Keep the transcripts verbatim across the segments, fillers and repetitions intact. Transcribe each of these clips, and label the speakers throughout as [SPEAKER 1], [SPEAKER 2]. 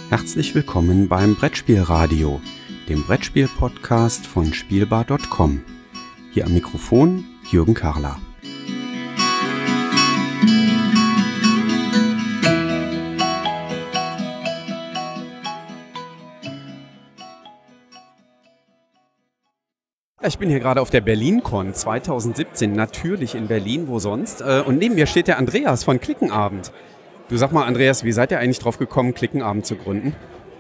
[SPEAKER 1] Herzlich willkommen beim Brettspielradio, dem Brettspiel-Podcast von Spielbar Punkt com. Hier am Mikrofon Jürgen Karler. Ich bin hier gerade auf der BerlinCon zwanzig siebzehn, natürlich in Berlin, wo sonst. Und neben mir steht der Andreas von Klickenabend. Du sag mal, Andreas, wie seid ihr eigentlich drauf gekommen, Klickenabend zu gründen?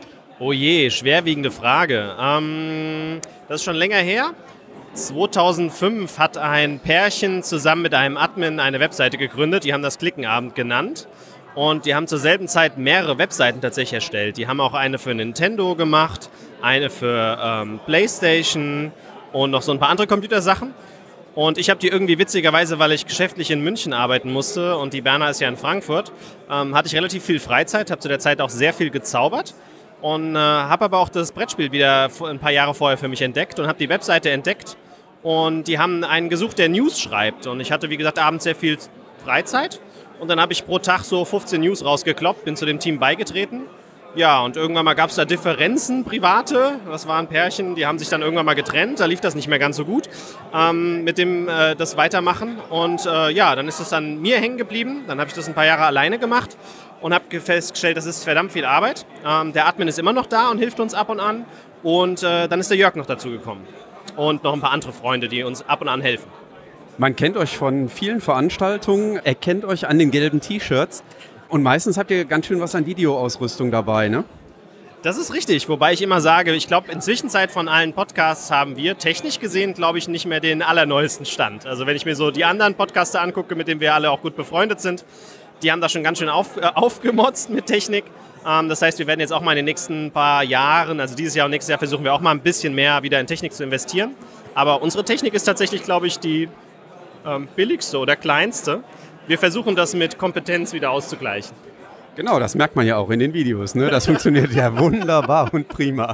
[SPEAKER 2] Oh je, schwerwiegende Frage. Ähm, das ist schon länger her. zweitausendfünf hat ein Pärchen zusammen mit einem Admin eine Webseite gegründet. Die haben das Klickenabend genannt. Und die haben zur selben Zeit mehrere Webseiten tatsächlich erstellt. Die haben auch eine für Nintendo gemacht, eine für ähm, PlayStation und noch so ein paar andere Computersachen. Und ich habe die irgendwie witzigerweise, weil ich geschäftlich in München arbeiten musste und die Berna ist ja in Frankfurt, ähm, hatte ich relativ viel Freizeit, habe zu der Zeit auch sehr viel gezaubert und äh, habe aber auch das Brettspiel wieder ein paar Jahre vorher für mich entdeckt und habe die Webseite entdeckt und die haben einen gesucht, der News schreibt und ich hatte, wie gesagt, abends sehr viel Freizeit und dann habe ich pro Tag so fünfzehn News rausgekloppt, bin zu dem Team beigetreten. Ja, und irgendwann mal gab es da Differenzen, private, das waren Pärchen, die haben sich dann irgendwann mal getrennt, da lief das nicht mehr ganz so gut ähm, mit dem äh, das Weitermachen und äh, ja, dann ist es dann mir hängen geblieben, dann habe ich das ein paar Jahre alleine gemacht und habe festgestellt, das ist verdammt viel Arbeit. Ähm, der Admin ist immer noch da und hilft uns ab und an und äh, dann ist der Jörg noch dazu gekommen und noch ein paar andere Freunde, die uns ab und an helfen.
[SPEAKER 1] Man kennt euch von vielen Veranstaltungen, erkennt euch an den gelben T-Shirts. Und meistens habt ihr ganz schön was an Videoausrüstung dabei, ne?
[SPEAKER 2] Das ist richtig, wobei ich immer sage, ich glaube, inzwischen von allen Podcasts haben wir technisch gesehen, glaube ich, nicht mehr den allerneuesten Stand. Also wenn ich mir so die anderen Podcaster angucke, mit denen wir alle auch gut befreundet sind, die haben da schon ganz schön auf, äh, aufgemotzt mit Technik. Ähm, das heißt, wir werden jetzt auch mal in den nächsten paar Jahren, also dieses Jahr und nächstes Jahr versuchen wir auch mal ein bisschen mehr wieder in Technik zu investieren. Aber unsere Technik ist tatsächlich, glaube ich, die ähm, billigste oder kleinste. Wir versuchen das mit Kompetenz wieder auszugleichen.
[SPEAKER 1] Genau, das merkt man ja auch in den Videos, ne? Das funktioniert ja wunderbar und prima.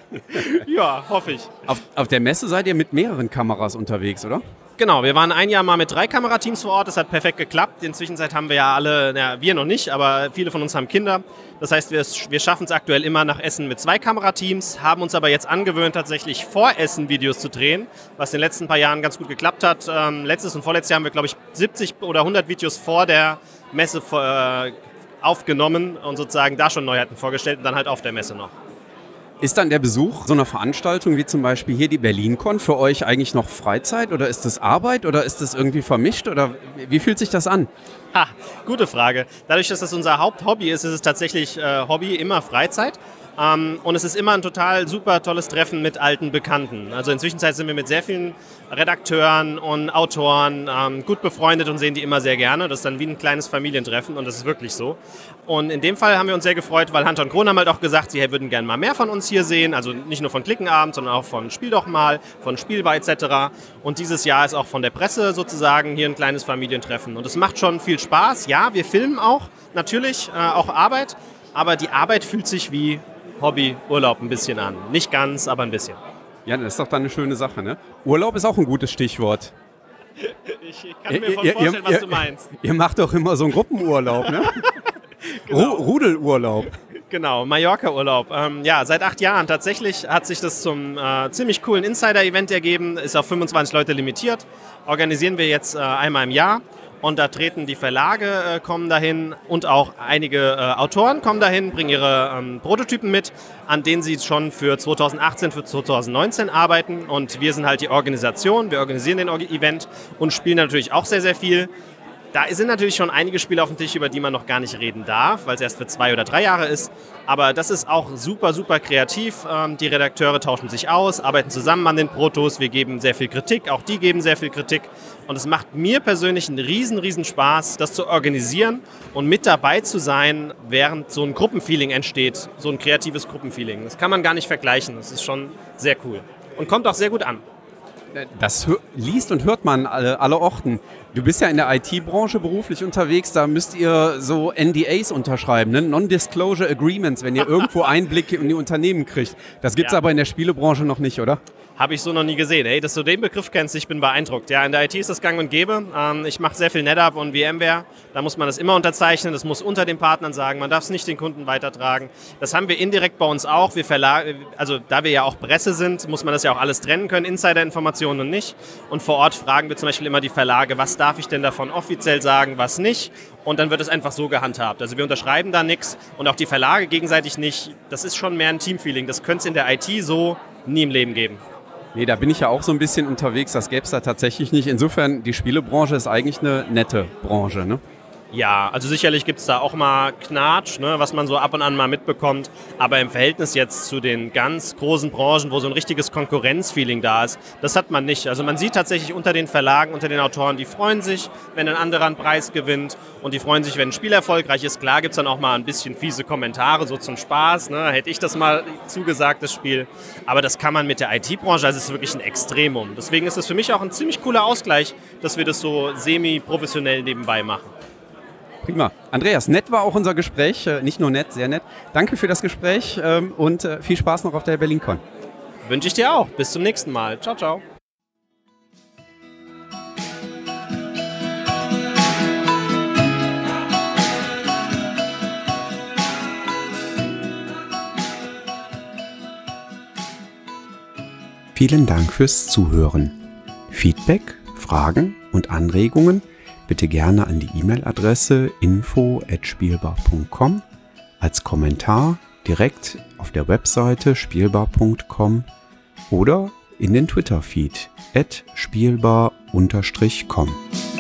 [SPEAKER 2] Ja, hoffe ich.
[SPEAKER 1] Auf, auf der Messe seid ihr mit mehreren Kameras unterwegs, oder?
[SPEAKER 2] Genau, wir waren ein Jahr mal mit drei Kamerateams vor Ort, das hat perfekt geklappt. In der Zwischenzeit haben wir ja alle, na, wir noch nicht, aber viele von uns haben Kinder. Das heißt, wir, wir schaffen es aktuell immer nach Essen mit zwei Kamerateams, haben uns aber jetzt angewöhnt, tatsächlich vor Essen Videos zu drehen, was in den letzten paar Jahren ganz gut geklappt hat. Ähm, letztes und vorletztes Jahr haben wir, glaube ich, siebzig oder hundert Videos vor der Messe äh, aufgenommen und sozusagen da schon Neuheiten vorgestellt und dann halt auf der Messe noch.
[SPEAKER 1] Ist dann der Besuch so einer Veranstaltung wie zum Beispiel hier die BerlinCon für euch eigentlich noch Freizeit oder ist das Arbeit oder ist das irgendwie vermischt oder wie fühlt sich das an?
[SPEAKER 2] Ha, gute Frage. Dadurch, dass das unser Haupthobby ist, ist es tatsächlich äh, Hobby, immer Freizeit. Ähm, und es ist immer ein total super tolles Treffen mit alten Bekannten. Also inzwischen sind wir mit sehr vielen Redakteuren und Autoren ähm, gut befreundet und sehen die immer sehr gerne. Das ist dann wie ein kleines Familientreffen und das ist wirklich so. Und in dem Fall haben wir uns sehr gefreut, weil Hunter und Kron haben halt auch gesagt, sie würden gerne mal mehr von uns hier sehen. Also nicht nur von Klickenabend, sondern auch von Spiel doch mal, von Spielbar et cetera. Und dieses Jahr ist auch von der Presse sozusagen hier ein kleines Familientreffen. Und es macht schon viel Spaß. Ja, wir filmen auch, natürlich äh, auch Arbeit. Aber die Arbeit fühlt sich wie Hobby, Urlaub ein bisschen an. Nicht ganz, aber ein bisschen.
[SPEAKER 1] Ja, das ist doch dann eine schöne Sache, ne? Urlaub ist auch ein gutes Stichwort.
[SPEAKER 2] Ich kann mir voll vorstellen, ihr, was ihr, du meinst.
[SPEAKER 1] Ihr macht doch immer so einen Gruppenurlaub, ne? Genau. Ru- Rudelurlaub.
[SPEAKER 2] Genau, Mallorca-Urlaub. Ähm, ja, seit acht Jahren tatsächlich hat sich das zum äh, ziemlich coolen Insider-Event ergeben. Ist auf fünfundzwanzig Leute limitiert. Organisieren wir jetzt äh, einmal im Jahr. Und da treten die Verlage, äh, kommen dahin und auch einige äh, Autoren kommen dahin, bringen ihre ähm, Prototypen mit, an denen sie schon für zweitausendachtzehn, für zweitausendneunzehn arbeiten. Und wir sind halt die Organisation, wir organisieren den Event und spielen natürlich auch sehr, sehr viel. Da sind natürlich schon einige Spiele auf dem Tisch, über die man noch gar nicht reden darf, weil es erst für zwei oder drei Jahre ist. Aber das ist auch super, super kreativ. Die Redakteure tauschen sich aus, arbeiten zusammen an den Protos. Wir geben sehr viel Kritik, auch die geben sehr viel Kritik. Und es macht mir persönlich einen riesen, riesen Spaß, das zu organisieren und mit dabei zu sein, während so ein Gruppenfeeling entsteht, so ein kreatives Gruppenfeeling. Das kann man gar nicht vergleichen. Das ist schon sehr cool und kommt auch sehr gut an.
[SPEAKER 1] Das hör, liest und hört man alle, alle Orten. Du bist ja in der I T-Branche beruflich unterwegs, da müsst ihr so N D As unterschreiben, ne? Non-Disclosure Agreements, wenn ihr irgendwo Einblicke in die Unternehmen kriegt. Das gibt es ja. aber in der Spielebranche noch nicht, oder?
[SPEAKER 2] Habe ich so noch nie gesehen. Hey, dass du den Begriff kennst, ich bin beeindruckt. Ja, in der I T ist das gang und gäbe. Ähm, ich mache sehr viel NetApp und VMware. Da muss man das immer unterzeichnen. Das muss unter den Partnern sagen. Man darf es nicht den Kunden weitertragen. Das haben wir indirekt bei uns auch. Wir verlag- also da wir ja auch Presse sind, muss man das ja auch alles trennen können. Insider-Informationen und nicht. Und vor Ort fragen wir zum Beispiel immer die Verlage, was darf ich denn davon offiziell sagen, was nicht. Und dann wird es einfach so gehandhabt. Also wir unterschreiben da nichts und auch die Verlage gegenseitig nicht. Das ist schon mehr ein Teamfeeling. Das könnte es in der I T so nie im Leben geben.
[SPEAKER 1] Nee, da bin ich ja auch so ein bisschen unterwegs, das gäbe es da tatsächlich nicht. Insofern, die Spielebranche ist eigentlich eine nette Branche, ne?
[SPEAKER 2] Ja, also sicherlich gibt es da auch mal Knatsch, ne, was man so ab und an mal mitbekommt. Aber im Verhältnis jetzt zu den ganz großen Branchen, wo so ein richtiges Konkurrenzfeeling da ist, das hat man nicht. Also man sieht tatsächlich unter den Verlagen, unter den Autoren, die freuen sich, wenn ein anderer einen Preis gewinnt. Und die freuen sich, wenn ein Spiel erfolgreich ist. Klar gibt es dann auch mal ein bisschen fiese Kommentare, so zum Spaß. Ne, hätte ich das mal zugesagt, das Spiel. Aber das kann man mit der I T-Branche, also es ist wirklich ein Extremum. Deswegen ist es für mich auch ein ziemlich cooler Ausgleich, dass wir das so semi-professionell nebenbei machen.
[SPEAKER 1] Prima. Andreas, nett war auch unser Gespräch. Nicht nur nett, sehr nett. Danke für das Gespräch und viel Spaß noch auf der BerlinCon.
[SPEAKER 2] Wünsche ich dir auch. Bis zum nächsten Mal. Ciao, ciao.
[SPEAKER 1] Vielen Dank fürs Zuhören. Feedback, Fragen und Anregungen bitte gerne an die E-Mail-Adresse info at spielbar punkt com, als Kommentar direkt auf der Webseite spielbar punkt com oder in den Twitter-Feed at spielbar Bindestrich com.